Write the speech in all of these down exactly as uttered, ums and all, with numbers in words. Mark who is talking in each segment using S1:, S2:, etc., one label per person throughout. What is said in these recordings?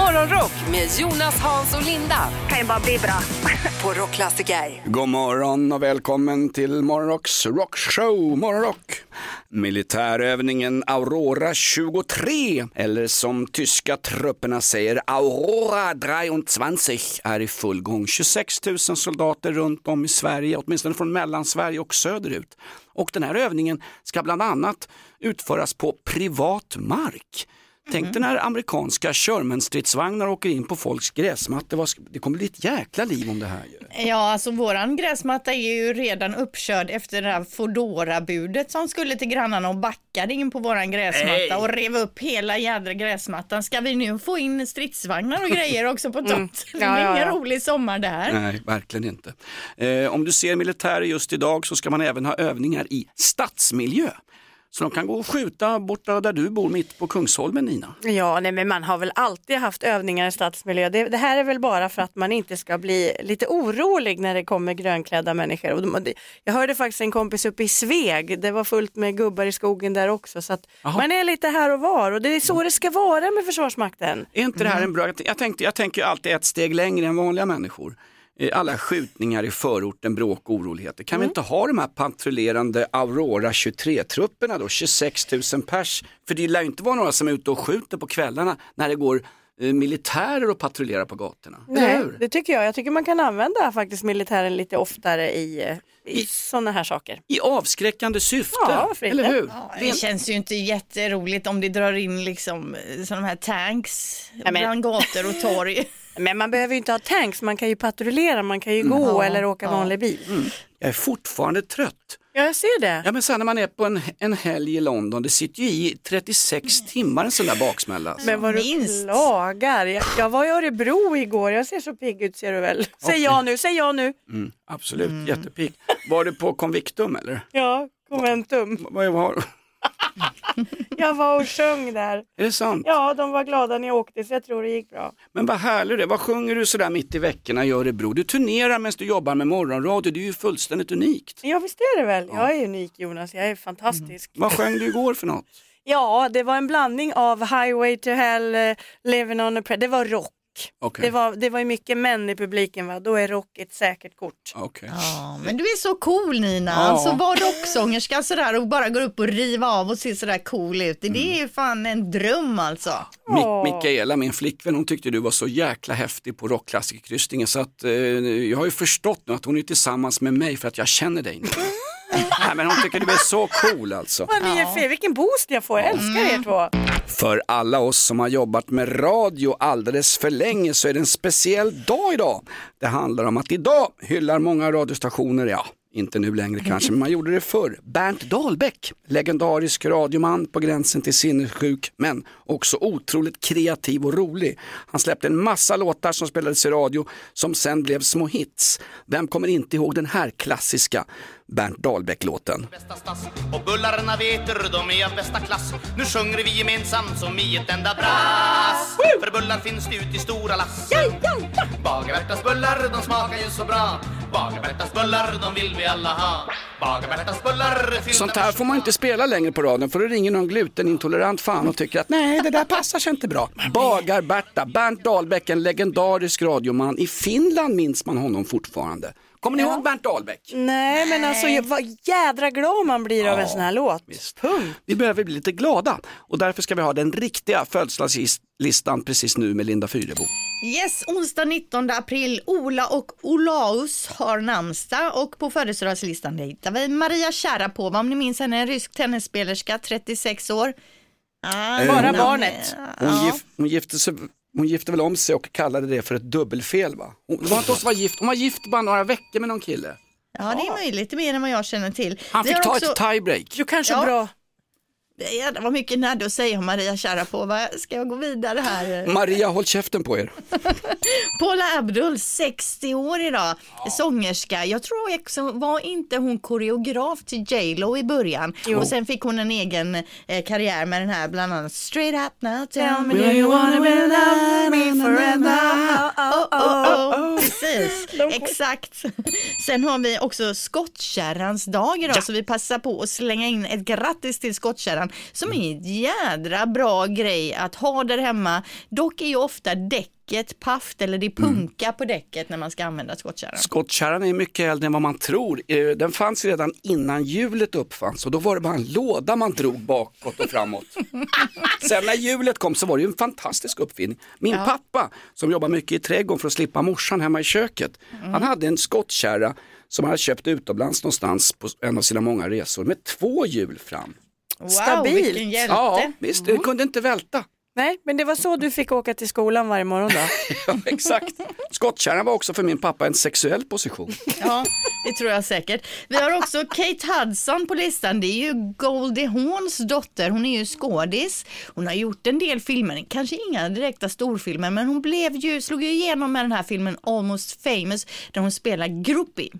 S1: Morgonrock med Jonas, Hans och Linda.
S2: Kan ju bara bli bra.
S1: På Rockklassiker.
S3: God morgon och välkommen till Morgonrocks rockshow Morgonrock. Militärövningen Aurora tjugotre, eller som tyska trupperna säger Aurora tjugotre, är i full gång. tjugosex tusen soldater runt om i Sverige, åtminstone från Mellansverige och söderut. Och den här övningen ska bland annat utföras på privat mark. Tänk dig när amerikanska Sherman-stridsvagnar åker in på folks gräsmatta. Det kommer bli ett jäkla liv om det här.
S4: Ja, alltså våran gräsmatta är ju redan uppkörd efter det här Fodora-budet som skulle till grannarna och backade in på våran gräsmatta hey. och rev upp hela jädra gräsmattan. Ska vi nu få in stridsvagnar och grejer också på tomt? Mm. Ja, det är ingen ja, ja. rolig sommar det här.
S3: Nej, verkligen inte. Eh, om du ser militärer just idag så ska man även ha övningar i stadsmiljö. Så de kan gå och skjuta borta där du bor, mitt på Kungsholmen, Nina.
S5: Ja, nej, men man har väl alltid haft övningar i stadsmiljö. Det, det här är väl bara för att man inte ska bli lite orolig när det kommer grönklädda människor. Och de, jag hörde faktiskt en kompis uppe i Sveg. Det var fullt med gubbar i skogen där också. Så att man är lite här och var. Och det är så det ska vara med Försvarsmakten.
S3: Är inte det här en bra... Jag tänkte, jag tänker alltid ett steg längre än vanliga människor. Alla skjutningar i förorten, bråk och oroligheter. Kan mm. vi inte ha de här patrullerande Aurora tjugotre-trupperna då, tjugosex tusen pers? För det lär ju inte vara några som är ute och skjuter på kvällarna när det går eh, militärer och patrullerar på gatorna.
S5: Nej, det tycker jag. Jag tycker man kan använda faktiskt militären lite oftare i, i, i sådana här saker.
S3: I avskräckande syfte,
S5: ja,
S3: eller hur?
S4: Ja, det känns ju inte jätteroligt om det drar in liksom sådana här tanks ja, men... bland gator och torg.
S5: Men man behöver ju inte ha tanks, man kan ju patrullera, man kan ju mm. gå ja, eller åka ja. vanlig bil. Mm.
S3: Jag är fortfarande trött.
S5: Ja, jag ser det.
S3: Ja, men sen när man är på en, en helg i London, det sitter ju i trettiosex timmar en sån där baksmälla. Alltså.
S5: Men vad du klagar. Jag, jag var i Örebro igår, jag ser så pigg ut, ser du väl. Säg okay. ja nu, säg ja nu.
S3: Mm, absolut, mm. jättepigg. Var du på Convictum eller?
S5: Ja, Conventum.
S3: Vad var det?
S5: Jag var och sjöng där.
S3: Är det sant?
S5: Ja, de var glada när jag åkte så jag tror det gick bra.
S3: Men vad härligt det. Vad sjunger du sådär mitt i veckorna i Örebro? Du turnerar medan du jobbar med morgonradio. Det är ju fullständigt unikt.
S5: Ja, visst är det väl. Jag är unik, Jonas. Jag är fantastisk.
S3: Mm. Vad sjöng du igår för något?
S5: Ja, det var en blandning av Highway to Hell, uh, Living on a Prayer. Det var rock. Okay. Det var, det var ju mycket män i publiken, va? Då är rock ett säkert kort.
S3: Okay.
S4: Ja, men du är så cool, Nina. Ja. Alltså var rocksångerska sådär och bara går upp och riva av och ser sådär cool ut. Det mm. är ju fan en dröm alltså.
S3: Mik- Mikaela, min flickvän, hon tyckte du var så jäkla häftig på rockklassikerkryssningen så att eh, jag har ju förstått nu att hon är tillsammans med mig för att jag känner dig nu. Nej, men hon tycker du är så cool alltså.
S5: Vad ni är fel, vilken boost jag får, jag älskar er två.
S3: För alla oss som har jobbat med radio alldeles för länge så är det en speciell dag idag. Det handlar om att idag hyllar många radiostationer, ja, inte nu längre kanske, men man gjorde det förr. Bernt Dahlbäck, legendarisk radioman på gränsen till sinnessjuk, men också otroligt kreativ och rolig. Han släppte en massa låtar som spelades i radio som sen blev små hits. Vem kommer inte ihåg den här klassiska Bernt Dahlbäck-låten?
S6: Och bullarna veter, de är av bästa klass. Nu sjunger vi gemensamt som i ett enda brass. Woo! För bullar finns det ut i stora lass. Ja, ja, ja. Bagarbertas bullar, de smakar ju så bra. Bagarbertas bullar, de vill vi alla ha. Bagarbertas bullar.
S3: Sånt här får man inte spela längre på radion, för då ringer någon glutenintolerant fan och tycker att nej, det där passar sig inte bra. Bagarberta, Bernt Dahlbäck, en legendarisk radioman. I Finland minns man honom fortfarande. Kommer ni ja. ihåg Bernt Dahlbäck?
S5: Nej, men alltså vad jädra glad man blir ja, av en sån här låt.
S3: Visst. Punkt. Vi behöver bli lite glada och därför ska vi ha den riktiga födelsedagslistan precis nu med Linda Fyrebo.
S4: Yes, onsdag nittonde april. Ola och Olaus har namnsdag och på födelsedagslistan hittar vi Maria Sharapova, om ni minns henne, en rysk tennisspelerska, trettiosex år.
S5: Ah, äh, bara barnet.
S3: Hon, ja. gif, hon gifte sig... Hon gifte väl om sig och kallade det för ett dubbelfel, va? Hon, det var inte oss var gift. Hon var gift bara några veckor med någon kille.
S4: Ja, det är möjligt. Det är mer än vad jag känner till.
S3: Han fick ta också... ett tiebreak.
S5: Du kanske ja. bra.
S4: Ja, det var mycket nöd att säga om Maria Sharapova. Ska jag gå vidare här?
S3: Maria, håll käften på er.
S4: Paula Abdul, sextio år idag. Ja. Sångerska. Jag tror också, var inte hon koreograf till J Lo i början? Jo. Och sen fick hon en egen eh, karriär med den här, bland annat Straight Up Now, Tell Me Do You Wanna Be Love Me Forever? Oh, oh, oh, oh. Precis, exakt. Sen har vi också skottkärrans dag idag, ja. Så vi passar på att slänga in ett grattis till skottkärran. skottkärran som är en jädra bra grej att ha där hemma. Dock är ju ofta däcket paft eller det är punka mm. på däcket när man ska använda skottkärran.
S3: Skottkärran är mycket äldre än vad man tror. Den fanns redan innan hjulet uppfanns och då var det bara en låda man drog bakåt och framåt. Sen när hjulet kom så var det ju en fantastisk uppfinning. Min ja. pappa som jobbar mycket i trädgården för att slippa morsan hemma i köket. Mm. Han hade en skottkärra som han hade köpt utomlands någonstans på en av sina många resor med två hjul fram.
S4: Wow,
S5: stabilt.
S4: Vilken hjälte.
S3: Ja, visst, det kunde inte välta.
S5: Nej, men det var så du fick åka till skolan varje morgon då?
S3: Ja, exakt. Skottkärran var också för min pappa en sexuell position.
S4: Ja, det tror jag säkert. Vi har också Kate Hudson på listan. Det är ju Goldie Hawns dotter. Hon är ju skådis. Hon har gjort en del filmer, kanske inga direkta storfilmer, men hon blev ju, slog ju igenom med den här filmen Almost Famous där hon spelar groupie.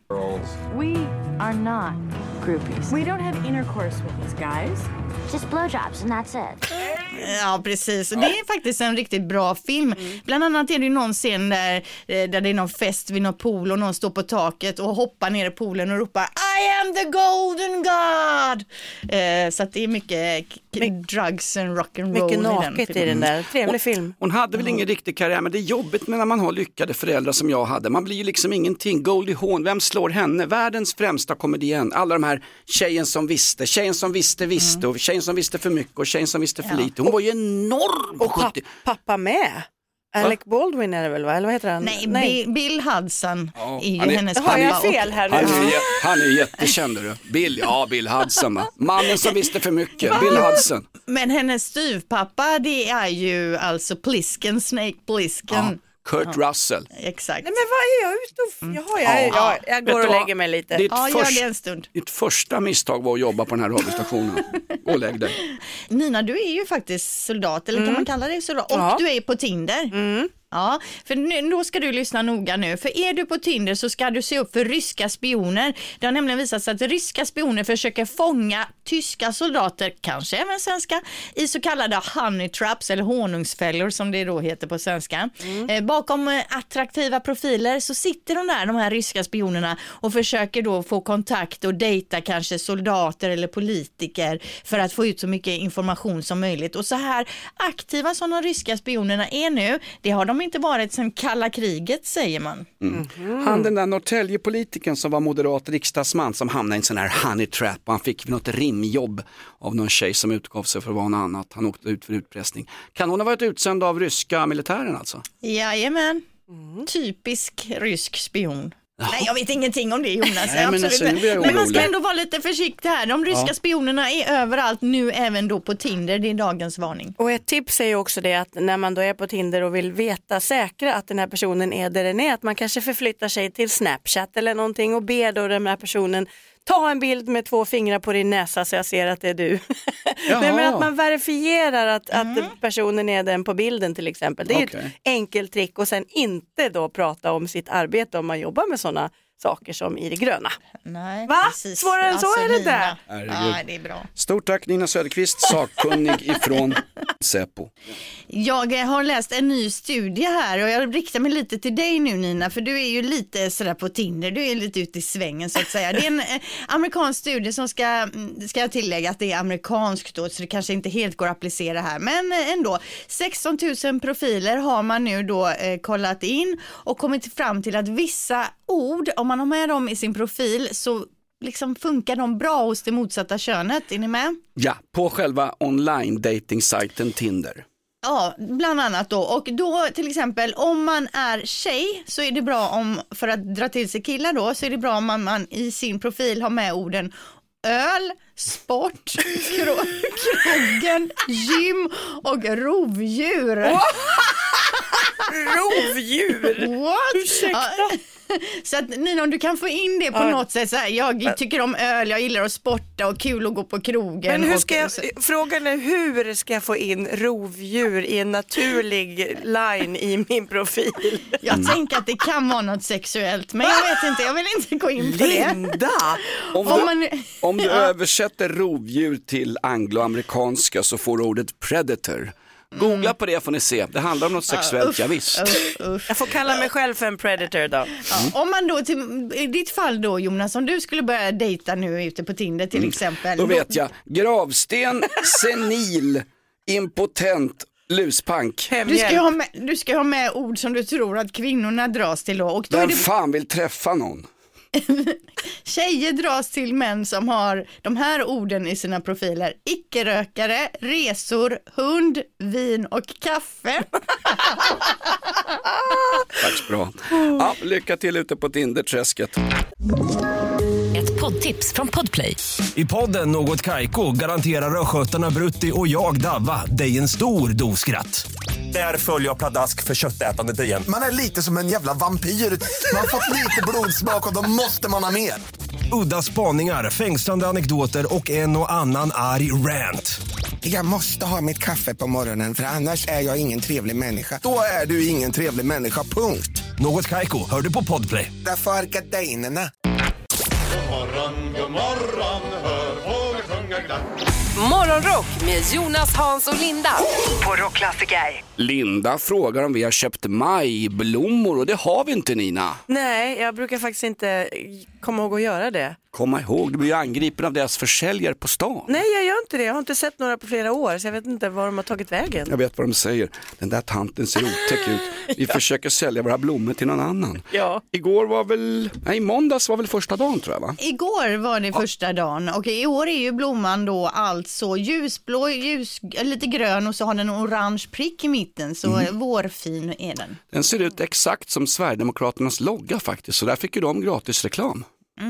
S2: We are not groupies. We don't have intercourse with these guys.
S7: Just blowjobs and that's it.
S4: Ja, precis. Det är faktiskt en riktigt bra film. Mm. Bland annat är det ju någon scen där, där det är någon fest vid någon pool och någon står på taket och hoppar ner i poolen och ropar I am the golden god! Eh, så att det är mycket My, drugs and rock and roll.
S5: Mycket naket i den, i den där. Trevlig
S3: hon,
S5: film.
S3: Hon hade väl mm. ingen riktig karriär, men det är jobbigt när man har lyckade föräldrar som jag hade. Man blir ju liksom ingenting. Goldie Hawn, vem slår henne? Världens främsta komedian. Alla de här tjejen som visste, tjejen som visste visste mm. och tjejen som visste för mycket och tjejen som visste för ja. lite. Hon var ju enorm.
S5: Och papp, pappa med. Alec Baldwin är det väl, va? Eller vad heter han?
S4: Nej, Nej. Bill Hudson ja, är ju
S3: är,
S4: hennes
S5: pappa. Har jag fel här nu?
S3: Han är, han är jättekänd, du. Bill, ja, Bill Hudson. Va? Mannen som visste för mycket, Bill Hudson.
S4: Men hennes styvpappa, det är ju alltså Plisken, Snake Plisken.
S3: Ja. Kurt ja. Russell.
S4: Exakt.
S5: Nej, men vad är jag ute och... Mm. Jaha, jag, ja. jag, jag går och lägger mig lite.
S3: Ditt,
S4: ja,
S3: först,
S4: gör det en stund.
S3: ditt första misstag var att jobba på den här radiostationen. Och lägg dig.
S4: Nina, du är ju faktiskt soldat, eller mm. kan man kalla dig soldat? Och ja. du är på Tinder.
S5: Mm.
S4: Ja, för nu, då ska du lyssna noga nu. För är du på Tinder så ska du se upp för ryska spioner. Det har nämligen visat sig att ryska spioner försöker fånga tyska soldater, kanske även svenska, i så kallade honey traps eller honungsfällor som det då heter på svenska. Mm. Eh, bakom eh, attraktiva profiler så sitter de där, de här ryska spionerna, och försöker då få kontakt och dejta kanske soldater eller politiker för att få ut så mycket information som möjligt. Och så här aktiva som de ryska spionerna är nu, det har de inte varit sedan kalla kriget, säger man.
S3: Mm. Mm. Han den där Norrtälje-politiken som var moderat riksdagsman som hamnade i en sån här honey trap och han fick något rimjobb av någon tjej som utgav sig för att vara något annat. Han åkte ut för utpressning. Kan hon ha varit utsänd av ryska militären alltså?
S4: Jajamän. Mm. Typisk rysk spion. Ja. Nej, jag vet ingenting om det, Jonas.
S3: Nej, men, alltså,
S4: men man ska ändå vara lite försiktig här. De ryska ja. spionerna är överallt nu, även då på Tinder. Det är dagens varning.
S5: Och ett tips är ju också det att när man då är på Tinder och vill veta säkra att den här personen är där den är, att man kanske förflyttar sig till Snapchat eller någonting och ber då den här personen ta en bild med två fingrar på din näsa så jag ser att det är du. Nej, men att man verifierar att, mm. att personen är den på bilden till exempel. Det är okay. ett enkelt trick och sen inte då prata om sitt arbete om man jobbar med sådana saker som i det gröna.
S4: Nej,
S5: va?
S4: Precis.
S5: Svårare än
S4: alltså,
S5: så är det inte.
S4: Ja, det är bra.
S3: Stort tack Nina Söderqvist, sakkunnig ifrån Säpo.
S4: Jag har läst en ny studie här och jag riktar mig lite till dig nu, Nina, för du är ju lite sådär på Tinder, du är lite ute i svängen så att säga. Det är en eh, amerikansk studie som ska, ska jag tillägga att det är amerikanskt då, så det kanske inte helt går att applicera här, men eh, ändå. sexton tusen profiler har man nu då eh, kollat in och kommit fram till att vissa ord, om man har med dem i sin profil så liksom funkar de bra hos det motsatta könet. Är ni med?
S3: Ja, på själva online dating-sajten Tinder.
S4: Ja, bland annat då. Och då till exempel om man är tjej så är det bra om, för att dra till sig killar då, så är det bra om man, man i sin profil har med orden öl, sport, kro- krogen, gym och rovdjur.
S5: Rovdjur?
S4: What?
S5: Ursäkta?
S4: Ja. Så att Nina, om du kan få in det på ja. något sätt så här, jag tycker om öl, jag gillar att sporta och kul att gå på krogen.
S5: Men hur ska jag, frågan är hur ska jag få in rovdjur i en naturlig line i min profil?
S4: Jag mm. tänker att det kan vara något sexuellt, men jag vet inte, jag vill inte gå in på det.
S5: Linda!
S3: Om du, om man, om du ja. översätter rovdjur till angloamerikanska så får du ordet predator. Googla på det får ni se. Det handlar om något sexuellt,
S4: uh, uff,
S3: ja, visst.
S4: Uff, uff.
S5: Jag får kalla mig själv för en predator då.
S4: Ja, om man då, till, i ditt fall då Jonas, om du skulle börja dejta nu ute på Tinder till
S3: Mm.
S4: exempel.
S3: Då vet jag, gravsten, senil, impotent, luspank.
S4: Du ska, ju ha med, du ska ha med ord som du tror att kvinnorna dras till då. Och då är
S3: Vem
S4: det,
S3: fan vill träffa någon?
S4: tjejer dras till män som har de här orden i sina profiler. Icke-rökare, resor, hund, vin och kaffe.
S3: Tack bra. Ja, lycka till ute på Tinder-träsket.
S8: Ett poddtips från Podplay.
S9: I podden Något Kaiko garanterar röskötarna Brutti och jag Davva dig en stor doskratt. Där följer jag pladask för köttätandet igen.
S10: Man är lite som en jävla vampyr. Man har fått lite blodsmak och då måste man ha mer.
S9: Udda spaningar, fängslande anekdoter och en och annan arg rant.
S10: Jag måste ha mitt kaffe på morgonen för annars är jag ingen trevlig människa. Då är du ingen trevlig människa, punkt.
S9: Något Kaiko, hör du på Podplay.
S10: Därför är gardinerna.
S6: God morgon, god morgon, hör fåglar sjunga glatt.
S1: Morgonrock med Jonas, Hans och Linda på Rockklassiker.
S3: Linda frågar om vi har köpt majblommor och det har vi inte, Nina.
S5: Nej, jag brukar faktiskt inte komma ihåg att göra det.
S3: Komma ihåg, du blir ju angripen av deras försäljare på stan.
S5: Nej, jag gör inte det. Jag har inte sett några på flera år så jag vet inte var de har tagit vägen.
S3: Jag vet vad de säger. Den där tanten ser otäck ut. Vi ja. försöker sälja våra blommor till någon annan.
S5: Ja.
S3: Igår var väl, nej måndags var väl första dagen tror jag va?
S4: Igår var det första dagen och i år är ju blomman då alltså ljusblå, ljus, lite grön och så har den en orange prick i mitten så mm. vårfin är den.
S3: Den ser ut exakt som Sverigedemokraternas logga faktiskt så där fick ju de gratis reklam.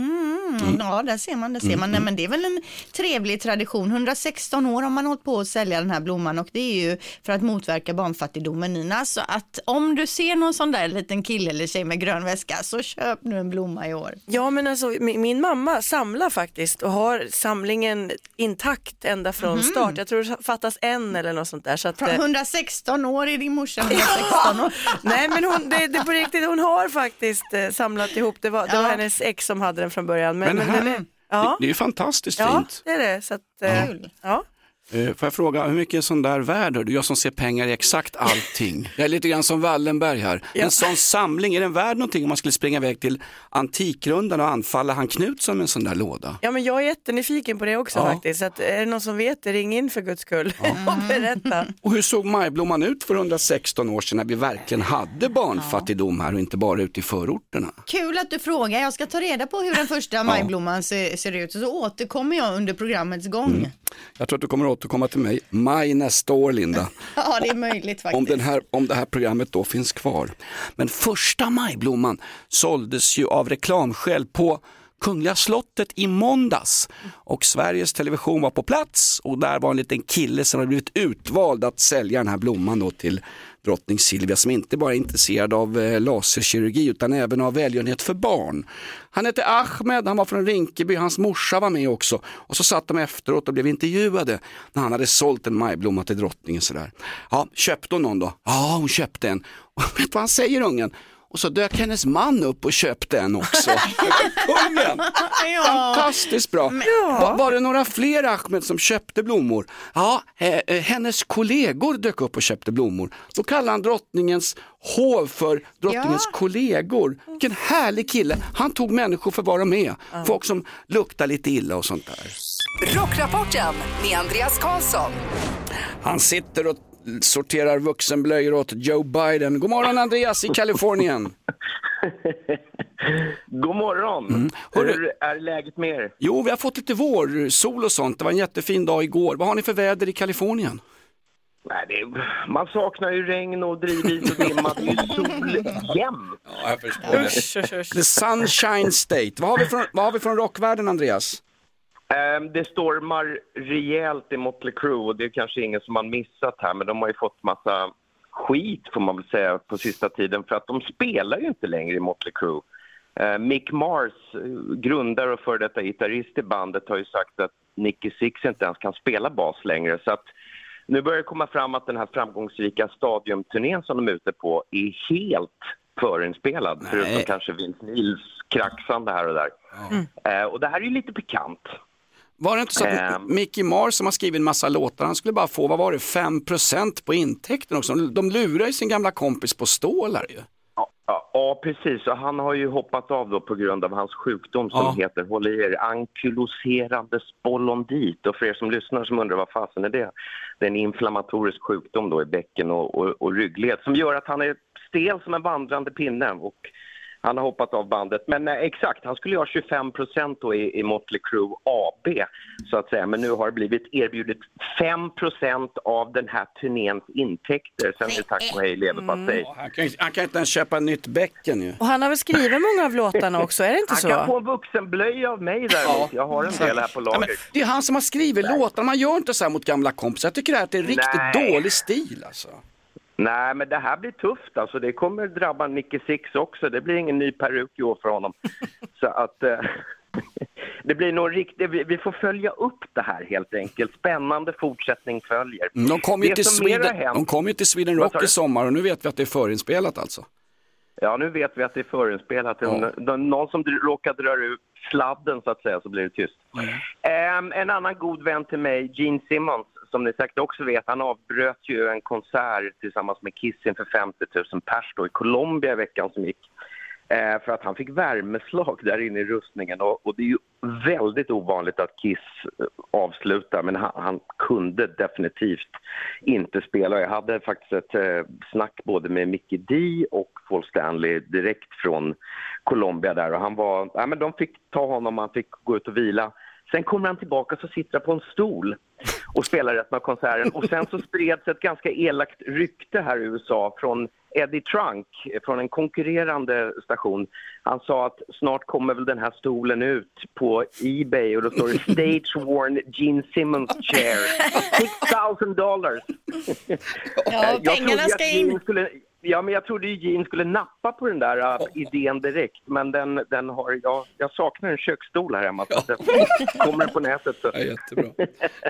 S4: Mm, mm. Ja, där ser man, där ser man. Mm. Nej, men det är väl en trevlig tradition. hundrasexton år har man hållit på att sälja den här blomman och det är ju för att motverka barnfattigdomen, Nina. Så att om du ser någon sån där liten kille eller tjej med grön väska så köp nu en blomma i år.
S5: Ja, men alltså min, min mamma samlar faktiskt och har samlingen intakt ända från mm. start. Jag tror det fattas en eller något sånt där. Så att,
S4: från hundrasexton år är din morsa hundrasexton år.
S5: Nej, men hon, det, det på riktigt, hon har faktiskt eh, samlat ihop. Det var, det var ja. hennes ex som hade den från början. Men,
S3: men,
S5: men
S3: här,
S5: den är, ja.
S3: det är ju fantastiskt
S5: ja,
S3: fint.
S5: Ja, det är det. Så att, eh, ja.
S3: Uh, får jag fråga, hur mycket är en sån där värd? Du, jag som ser pengar i exakt allting. Jag är lite grann som Wallenberg här. Ja. En sån samling, är den värd någonting om man skulle springa iväg till Antikrundan och anfalla han Knutsson med en sån där låda?
S5: Ja, men jag är jättenyfiken på det också ja. faktiskt. Så att, är det någon som vet det, ring in för guds skull ja. och berätta.
S3: Och hur såg majblomman ut för hundrasexton år sedan när vi verkligen hade barnfattigdom här och inte bara ute i förorterna?
S4: Kul att du frågar. Jag ska ta reda på hur den första majblomman ser, ser ut och så återkommer jag under programmets gång. Mm.
S3: Jag tror att du kommer återkomma till mig maj nästa år, Linda.
S4: Ja, det är möjligt faktiskt.
S3: Om, den här, om det här programmet då finns kvar. Men första majblomman såldes ju av reklamskäl på Kungliga slottet i måndags. Och Sveriges Television var på plats och där var en liten kille som hade blivit utvald att sälja den här blomman då till drottning Silvia som inte bara är intresserad av eh, laserkirurgi utan även av välgörenhet för barn. Han hette Ahmed, han var från Rinkeby, hans morsa var med också. Och så satt de efteråt och blev intervjuade när han hade sålt en majblomma till drottningen sådär. Ja, köpte hon någon då? Ja, hon köpte en. Och vet du vad han säger, ungen? Och så dök hennes man upp och köpte en också. Kungen. Ja. Fantastiskt bra. Ja. Var, var det några fler Ahmed som köpte blommor? Ja, eh, hennes kollegor dök upp och köpte blommor. Då kallar han drottningens hov för drottningens ja. kollegor. Vilken härlig kille. Han tog människor för vad de är. Ja. Folk som luktar lite illa och sånt där.
S1: Rockrapporten med Andreas Karlsson.
S3: Han sitter och sorterar vuxenblöjor åt Joe Biden. God morgon Andreas i Kalifornien.
S11: God morgon. Mm. Hur är läget med er?
S3: Jo, vi har fått lite vår, sol och sånt. Det var en jättefin dag igår. Vad har ni för väder i Kalifornien?
S11: Nej, det är, man saknar ju regn och drivvis och dimma. Det är ju sol jämt.
S3: Ja, jag förstår det. The Sunshine State. Vad har vi från, vad har vi från rockvärlden, Andreas?
S11: Um, det stormar rejält i Motley Crue och det är kanske ingen som har missat här, men de har ju fått massa skit får man väl säga på sista tiden för att de spelar ju inte längre i Motley Crue. Uh, Mick Mars, grundare och före detta gitarrist i bandet, har ju sagt att Nicky Six inte ens kan spela bas längre, så att nu börjar det komma fram att den här framgångsrika stadiumturnén som de är ute på är helt förinspelad, Nej. förutom kanske Vince Neils kraxande här och där. Mm. Uh, och det här är ju lite pikant.
S3: Var det inte så att
S11: Um,
S3: Mickey Mars som har skrivit en massa låtar, han skulle bara få, vad var det, fem procent på intäkten också. De lurar ju sin gamla kompis på stålar ju.
S11: Ja, ja, ja, precis. Och han har ju hoppat av då på grund av hans sjukdom som
S3: ja.
S11: heter, håll i er, ankyloserande spondylodit. Och för er som lyssnar som undrar vad fasen är det? Det är en inflammatorisk sjukdom då i bäcken och, och, och ryggled som gör att han är stel som en vandrande pinne och han har hoppat av bandet. Men eh, exakt, han skulle ju ha tjugofem procent då i, i Motley Crue A B så att säga. Men nu har det blivit erbjudet fem procent av den här turnéns intäkter. Sen är det tack och hej leverpastej.
S3: Mm. Han, kan, han kan inte ens köpa ett nytt bäcken ju.
S5: Och han har väl skrivit många av låtarna också, är det inte
S11: han
S5: så?
S11: Han kan få en vuxenblöja av mig däremot. Ja. Jag har en del här på lager. Ja, men
S3: det är han som har skrivit Nej. låtarna. Man gör inte så här mot gamla kompisar. Jag tycker att det är riktigt Nej. dålig stil alltså.
S11: Nej, men det här blir tufft. Alltså, det kommer drabba Nicky Six också. Det blir ingen ny peruk i år för honom. Så att eh, det blir nog riktigt. Vi, vi får följa upp det här helt enkelt. Spännande fortsättning följer.
S3: De kom ju till Sweden, de kom ju till Sweden Rock i sommar och nu vet vi att det är förinspelat alltså.
S11: Ja, nu vet vi att det är förinspelat. Ja. Någon som råkar dra ut sladden så att säga, så blir det tyst. Mm. Um, en annan god vän till mig, Gene Simmons, som ni säkert också vet, han avbröt ju en konsert tillsammans med Kiss inför femtio tusen pers då i Colombia i veckan som gick. Eh, för att han fick värmeslag där inne i rustningen. Och, och det är ju väldigt ovanligt att Kiss avslutar, men han, han kunde definitivt inte spela. Jag hade faktiskt ett eh, snack både med Mickey D och Paul Stanley direkt från Colombia där. Och han var, ja, men de fick ta honom, han fick gå ut och vila. Sen kommer han tillbaka och så sitter han på en stol och spelar resten av konserten. Och sen så spreds ett ganska elakt rykte här i U S A från Eddie Trunk, från en konkurrerande station. Han sa att snart kommer väl den här stolen ut på eBay och då står det Stage Worn Gene Simmons Chair. six thousand dollars.
S4: Ja, pengarna ska in.
S11: Skulle, ja, men jag trodde ju Gene skulle nappa på den där uh, idén direkt. Men den, den har, ja, jag saknar en köksstol här hemma. Så att kommer den på nätet så.
S3: Ja, jättebra.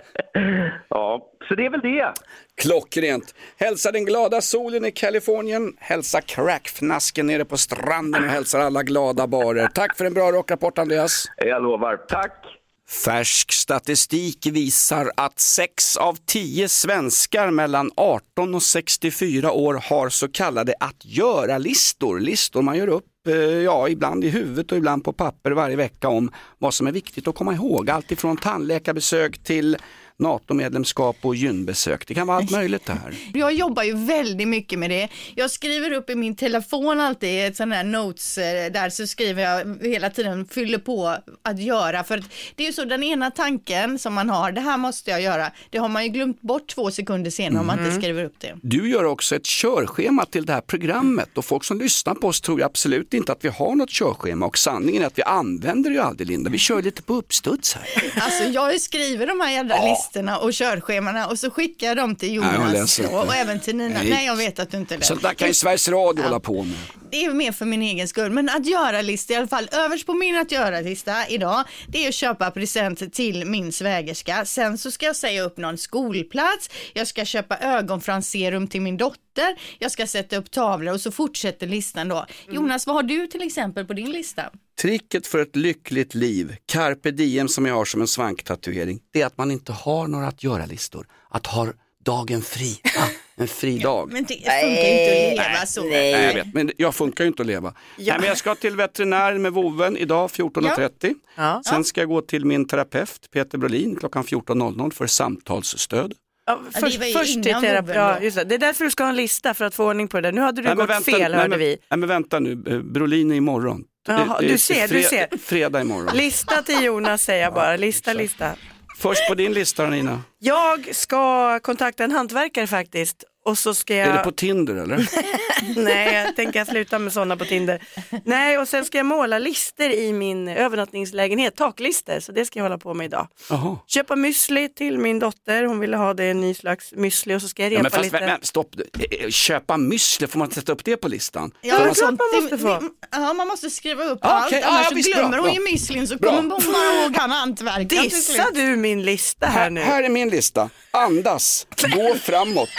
S11: Ja, så det är väl det.
S3: Klockrent. Hälsa den glada solen i Kalifornien. Hälsa crackfnasken nere på stranden och hälsar alla glada barer. Tack för en bra rockrapport, Andreas.
S11: Jag lovar. Tack.
S3: Färsk statistik visar att sex av tio svenskar mellan arton och sextiofyra år har så kallade att göra-listor. Listor man gör upp, ja, ibland i huvudet och ibland på papper varje vecka om vad som är viktigt att komma ihåg. Allt ifrån tandläkarbesök till NATO-medlemskap och gynbesök. Det kan vara allt möjligt det här.
S4: Jag jobbar ju väldigt mycket med det. Jag skriver upp i min telefon alltid ett sån här notes där, så skriver jag hela tiden, fyller på att göra. För det är ju så, den ena tanken som man har, det här måste jag göra. Det har man ju glömt bort två sekunder senare mm. om man inte skriver upp det.
S3: Du gör också ett körschema till det här programmet och folk som lyssnar på oss tror ju absolut inte att vi har något körschema, och sanningen är att vi använder ju aldrig, Linda. Vi kör lite på uppstuds här.
S4: Alltså jag skriver de här jävla ja. listorna och körschemana och så skickar jag dem till Jonas och, och även till Nina. Nej. Nej, jag vet att du inte läser.
S3: Så där kan ju Sveriges Radio ja. hålla på med.
S4: Det är mer för min egen skull, men att göra lista i alla fall. Överst på min att göra lista idag, det är att köpa present till min svägerska. Sen så ska jag säga upp någon skolplats. Jag ska köpa ögonfransserum till min dotter. Jag ska sätta upp tavlor och så fortsätter listan då. Mm. Jonas, vad har du till exempel på din lista?
S3: Tricket för ett lyckligt liv, carpe diem som jag har som en svanktatuering, det är att man inte har några att göra-listor. Att ha dagen fri. Ah, en fri dag.
S4: Ja, men det funkar ju inte att leva så.
S3: Nej, jag vet, men jag funkar ju inte att leva. Ja. Nej, men jag ska till veterinär med voven idag fjorton trettio. Ja. Sen ska jag gå till min terapeut Peter Brolin klockan fjorton för samtalsstöd.
S5: Ja, först, ja, först till terapi. Ja, just det. Det är därför du ska ha en lista för att få ordning på det där. Nu hade du nej, gått vänta, fel, nej, hörde
S3: men,
S5: vi.
S3: Nej, men vänta nu. Brolin är imorgon.
S5: Jaha, du ser,
S3: fred,
S5: du ser.
S3: Fredag imorgon.
S5: Lista till Jonas säger jag bara. Lista, lista.
S3: Först på din lista, Nina.
S5: Jag ska kontakta en hantverkare faktiskt. Och så ska jag...
S3: Är det på Tinder eller?
S5: Nej, jag tänker sluta med sådana på Tinder. Nej, och sen ska jag måla lister i min övernattningslägenhet, taklister. Så det ska jag hålla på med idag. Aha. Köpa müsli till min dotter. Hon ville ha det, en ny slags müsli. Och så ska jag repa ja, men fast, lite.
S3: Men, stopp, köpa müsli, får man sätta upp det på listan?
S4: Ja, men sånt, man måste få. Ja, man måste skriva upp ah, allt. Okay. Annars ah, ja, så glömmer bra, hon ju müslin så bra. Kommer hon ihåg han hantverkar.
S5: Dissar du min lista här nu?
S3: Här, här är min lista. Andas, gå framåt.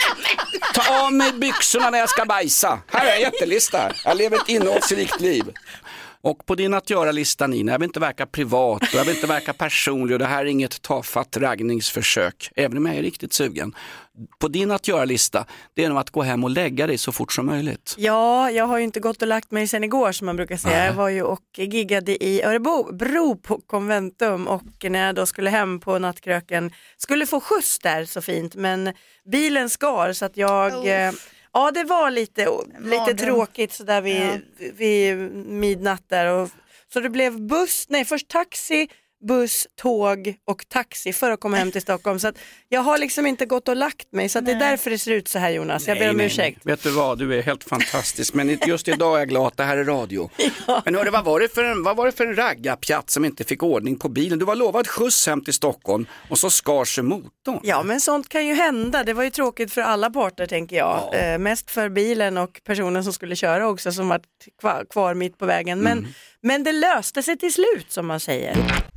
S3: Ta av mig byxorna när jag ska bajsa. Här är en jättelista. Jag lever ett innehållsrikt liv. Och på din att göra-lista, Nina, jag vill inte verka privat och jag vill inte verka personlig och det här är inget tafatt raggningsförsök, även om jag är riktigt sugen. På din att göra-lista, det är nog att gå hem och lägga dig så fort som möjligt.
S5: Ja, jag har ju inte gått och lagt mig sen igår som man brukar säga. Nej. Jag var ju och giggade i Örebro bro på Konventum och när jag då skulle hem på nattkröken skulle få skjuts där så fint, men bilen skar så att jag... Oh. Ja, det var lite, lite tråkigt så där vid, ja. vid midnatt där. Och, så det blev buss, nej först taxi, buss, tåg och taxi för att komma hem till Stockholm. Så att jag har liksom inte gått och lagt mig. Så att det är därför det ser ut så här, Jonas. Jag nej, ber om nej, ursäkt.
S3: Nej. Vet du vad, du är helt fantastisk. Men just idag är jag glad att det här är radio. Ja. Men hörde, vad var det för en, vad var det för en raggapjatt som inte fick ordning på bilen? Du var lovad skjuts hem till Stockholm och så skar sig motorn.
S5: Ja, men sånt kan ju hända. Det var ju tråkigt för alla parter, tänker jag. Ja. Eh, mest för bilen och personen som skulle köra också, som var kvar, kvar mitt på vägen. Men, mm. men det löste sig till slut, som man säger.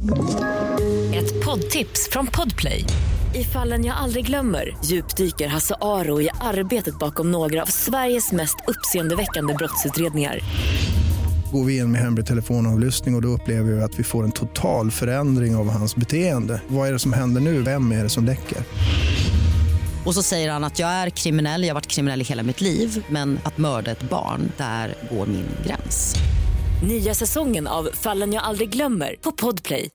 S8: Ett poddtips från Podplay. I Fallen jag aldrig glömmer djupdyker Hasse Aro i arbetet bakom några av Sveriges mest uppseendeväckande brottsutredningar.
S12: Går vi in med hemlig telefonavlyssning och, och då upplever vi att vi får en total förändring av hans beteende. Vad är det som händer nu? Vem är det som läcker?
S13: Och så säger han att jag är kriminell, jag har varit kriminell i hela mitt liv, men att mörda ett barn, där går min gräns.
S8: Nya säsongen av Fallen jag aldrig glömmer på Podplay.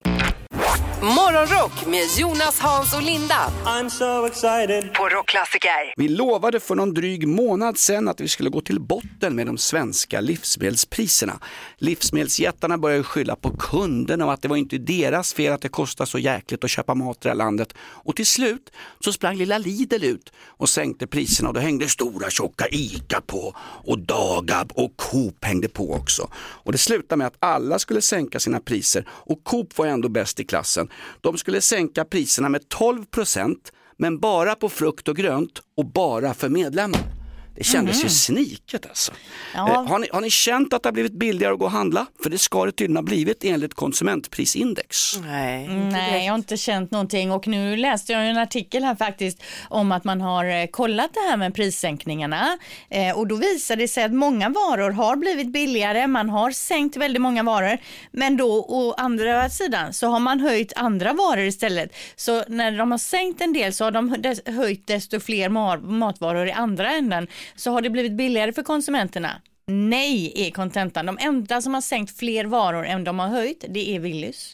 S1: Morgonrock med Jonas, Hans och Linda. I'm so excited. På Rockklassiker.
S3: Vi lovade för någon dryg månad sedan att vi skulle gå till botten med de svenska livsmedelspriserna. Livsmedelsjättarna började skylla på kunderna och att det var inte deras fel att det kostar så jäkligt att köpa mat i det här landet. Och till slut så sprang lilla Lidl ut och sänkte priserna och då hängde stora tjocka ICA på och Dagab och Coop hängde på också. Och det slutade med att alla skulle sänka sina priser och Coop var ändå bäst i klassen. De skulle sänka priserna med tolv procent men bara på frukt och grönt och bara för medlemmar. Det kändes mm. ju sniket alltså. Ja. Eh, har, ni, har ni känt att det har blivit billigare att gå och handla? För det ska det tydligen ha blivit enligt konsumentprisindex.
S4: Nej, mm, nej, jag har inte känt någonting. Och nu läste jag en artikel här faktiskt om att man har eh, kollat det här med prissänkningarna. Eh, och då visar det sig att många varor har blivit billigare. Man har sänkt väldigt många varor. Men då å andra sidan så har man höjt andra varor istället. Så när de har sänkt en del så har de höjt desto fler matvaror i andra änden. Så har det blivit billigare för konsumenterna? Nej, är kontentan. De enda som har sänkt fler varor än de har höjt, det är Willys.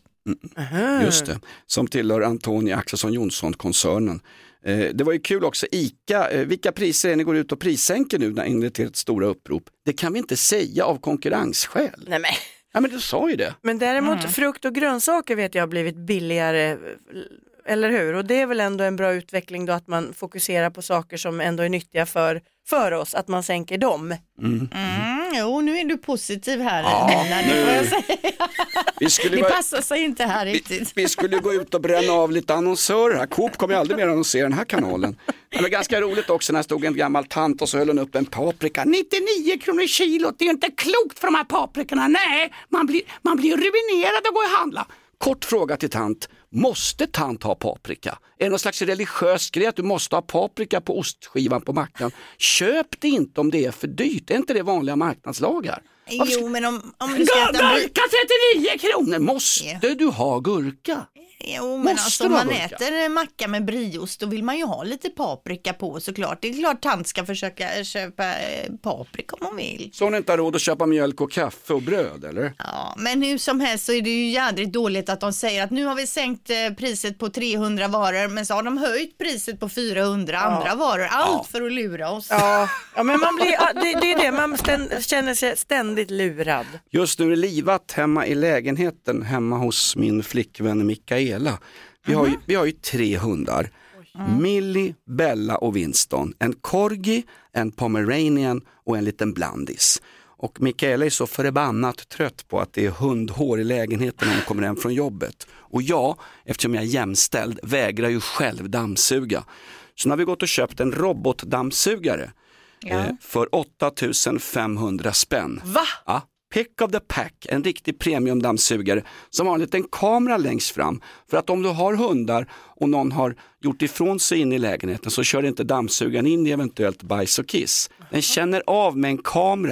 S3: Mm. Just det, som tillhör Antonia Axelsson Jonsson-koncernen. Eh, det var ju kul också, ICA, eh, vilka priser är ni går ut och prissänker nu när det till ett stora upprop? Det kan vi inte säga av konkurrensskäl.
S5: Nej men...
S3: Ja men du sa ju det.
S5: Men däremot mm. frukt och grönsaker vet jag har blivit billigare, eller hur? Och det är väl ändå en bra utveckling då att man fokuserar på saker som ändå är nyttiga för, för oss, att man sänker dem.
S3: Mm.
S4: Mm, jo, nu är du positiv här.
S3: Ja,
S4: Nina, det får jag säga.
S3: Vi skulle
S4: det
S3: vara,
S4: passar sig inte här riktigt.
S3: Vi, vi skulle gå ut och bränna av lite annonsörer här. Coop kommer ju aldrig mer annonsera den här kanalen. Det var ganska roligt också när det stod en gammal tant och så höll hon upp en paprika. nittionio kronor kilot, det är inte klokt för de här paprikorna. Nej, man blir, man blir ruinerad att gå och handla. Kort fråga till tant. Måste tant ha paprika? Är det någon slags religiös grej att du måste ha paprika på ostskivan på mackan? Köp det inte om det är för dyrt. Är inte det vanliga marknadslagar?
S4: Varför... Jo, men om, om du ska äta...
S3: Gurka trettionio kronor! Måste yeah. du ha gurka?
S4: Jo, men alltså, om man äter macka med briost då vill man ju ha lite paprika på såklart. Det är klart tant ska försöka köpa eh, paprika om hon vill.
S3: Så hon inte har råd att köpa mjölk och kaffe och bröd, eller?
S4: Ja, men hur som helst så är det ju jädrigt dåligt att de säger att nu har vi sänkt eh, priset på trehundra varor men så har de höjt priset på fyrahundra ja. andra varor. Allt ja. för att lura oss.
S5: Ja, ja men man blir, ja, det, det är det, man ständ, känner sig ständigt lurad.
S3: Just nu är det livat hemma i lägenheten hemma hos min flickvän Mikaela. Vi har, ju, vi har ju tre hundar. Mm. Millie, Bella och Winston. En corgi, en pomeranian och en liten blandis. Och Mikaela är så förbannat trött på att det är hundhår i lägenheten när hon kommer hem från jobbet. Och jag, eftersom jag är jämställd, vägrar ju själv dammsuga. Så nu har vi gått och köpt en robotdammsugare ja. eh, för åtta tusen femhundra spänn.
S5: Va?
S3: Ja. Pick of the pack, en riktig premiumdammsugare som har en liten kamera längst fram. För att om du har hundar och någon har gjort ifrån sig in i lägenheten så kör inte dammsugaren in i eventuellt bajs och kiss. Den känner av med en kamera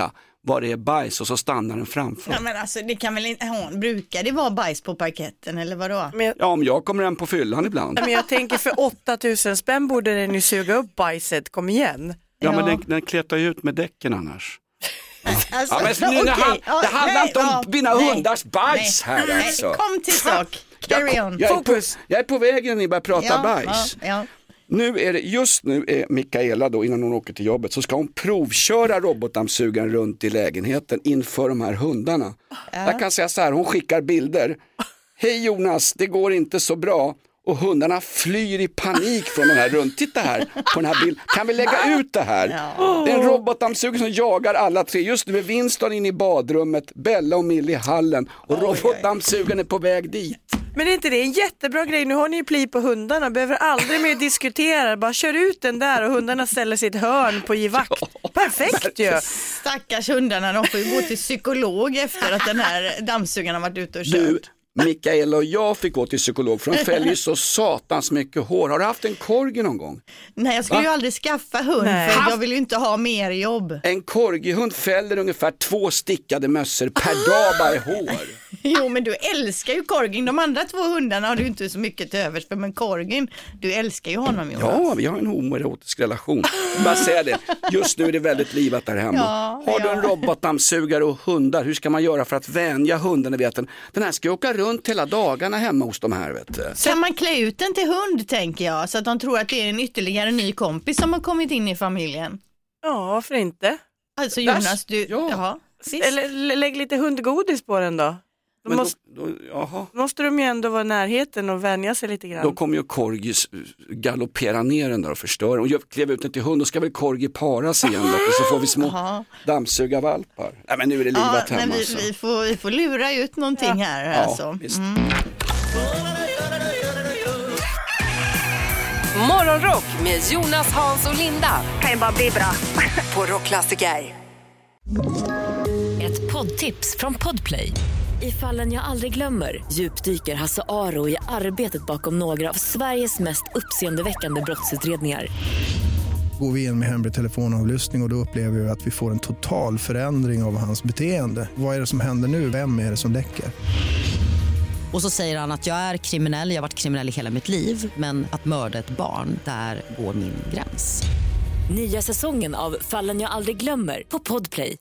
S3: var det är bajs och så stannar den framför.
S4: Ja, men alltså det kan väl inte, hon brukar det vara bajs på parketten eller vadå?
S5: Men jag,
S3: ja, om jag kommer hem på fyllan ibland.
S5: men jag tänker för åtta tusen spänn borde den ju suga upp bajset, kom igen.
S3: Ja,
S4: Ja.
S3: men den, den kletar ju ut med däcken annars.
S4: Alltså,
S3: Ja, men nu,
S4: okej.
S3: han,
S4: Ja,
S3: det handlar
S4: nej,
S3: inte om
S4: ja,
S3: mina
S4: nej,
S3: hundars bajs
S4: nej,
S3: här
S4: nej,
S3: alltså.
S4: Kom till sak, carry on.
S3: Jag är, på, jag är på vägen när ni börjar prata
S4: Ja,
S3: bajs.
S4: ja, ja.
S3: Nu är det, just nu är Mikaela då, innan hon åker till jobbet, så ska hon provköra robotdammsugaren runt i lägenheten inför de här hundarna.
S4: Ja.
S3: Jag kan säga så här, hon skickar bilder. Hej Jonas, det går inte så bra. Och hundarna flyr i panik från den här runt. Titta här på den här bilden. Kan vi lägga ut det här?
S4: Ja.
S3: Det är en robotdammsugare som jagar alla tre. Just nu är Winston inne i badrummet, Bella och Millie i hallen. Och robotdammsugaren är på väg dit.
S5: Men är inte det en jättebra grej? Nu har ni ju pli på hundarna, behöver aldrig mer diskutera. Bara kör ut den där och hundarna ställer sitt hörn på givakt. Perfekt ju!
S4: Stackars hundarna, de får ju gå till psykolog efter att den här dammsugaren har varit ute och kört.
S3: Du, Mikaela och jag fick gå till psykolog för de fäller så satans mycket hår. Har du haft en korgi någon gång?
S4: Nej, jag skulle
S3: Va?
S4: ju aldrig skaffa hund
S5: Nej.
S4: för jag vill ju inte ha mer jobb.
S3: En korgihund fäller ungefär två stickade mössor per dag bara i hår.
S4: Jo, men du älskar ju korgin. De andra två hundarna har du inte så mycket till övers för, men korgin, du älskar ju honom, Jonas.
S3: Ja, vi har en homoerotisk relation. Bara säga det. Just nu är det väldigt livat där hemma.
S4: Ja,
S3: har du
S4: ja.
S3: en robotdammsugare och hundar, hur ska man göra för att vänja hundarna? Vet den? den här ska ju åka runt hela dagarna hemma hos de här. Vet du.
S4: Kan man klä ut den till hund, tänker jag, så att de tror att det är en ytterligare ny kompis som har kommit in i familjen?
S5: Ja, varför inte?
S4: Alltså Jonas, du...
S3: Ja.
S4: Jaha, visst.
S5: Eller lä- lägg lite hundgodis på den då. Då
S3: Men
S5: måste,
S3: då, då, jaha.
S5: måste de ju ändå vara i närheten och vänja sig lite grann.
S3: Då kommer ju Korgi galoppera ner den där och förstöra. Och jag klev ut den till hund, och ska väl Korgi para sig igen då, och så får vi små
S4: Jaha.
S3: dammsugarvalpar. Nej, men nu är det livat
S4: Ja,
S3: hemma.
S4: men vi,
S3: Alltså.
S4: vi, får, vi får lura ut någonting här.
S3: Ja,
S4: Alltså.
S3: visst.
S4: Mm.
S1: Morgonrock med Jonas, Hans och Linda.
S14: Kan ju bara bli bra.
S1: På Rockklassiker.
S8: Ett poddtips från Podplay. I Fallen jag aldrig glömmer djupdyker Hasse Aro i arbetet bakom några av Sveriges mest uppseendeväckande brottsutredningar.
S12: Går vi in med hemlig telefonavlyssning och, och då upplever vi att vi får en total förändring av hans beteende. Vad är det som händer nu? Vem är det som läcker?
S13: Och så säger han att jag är kriminell, jag har varit kriminell i hela mitt liv. Men att mörda ett barn, där går min gräns.
S8: Nya säsongen av Fallen jag aldrig glömmer på Podplay.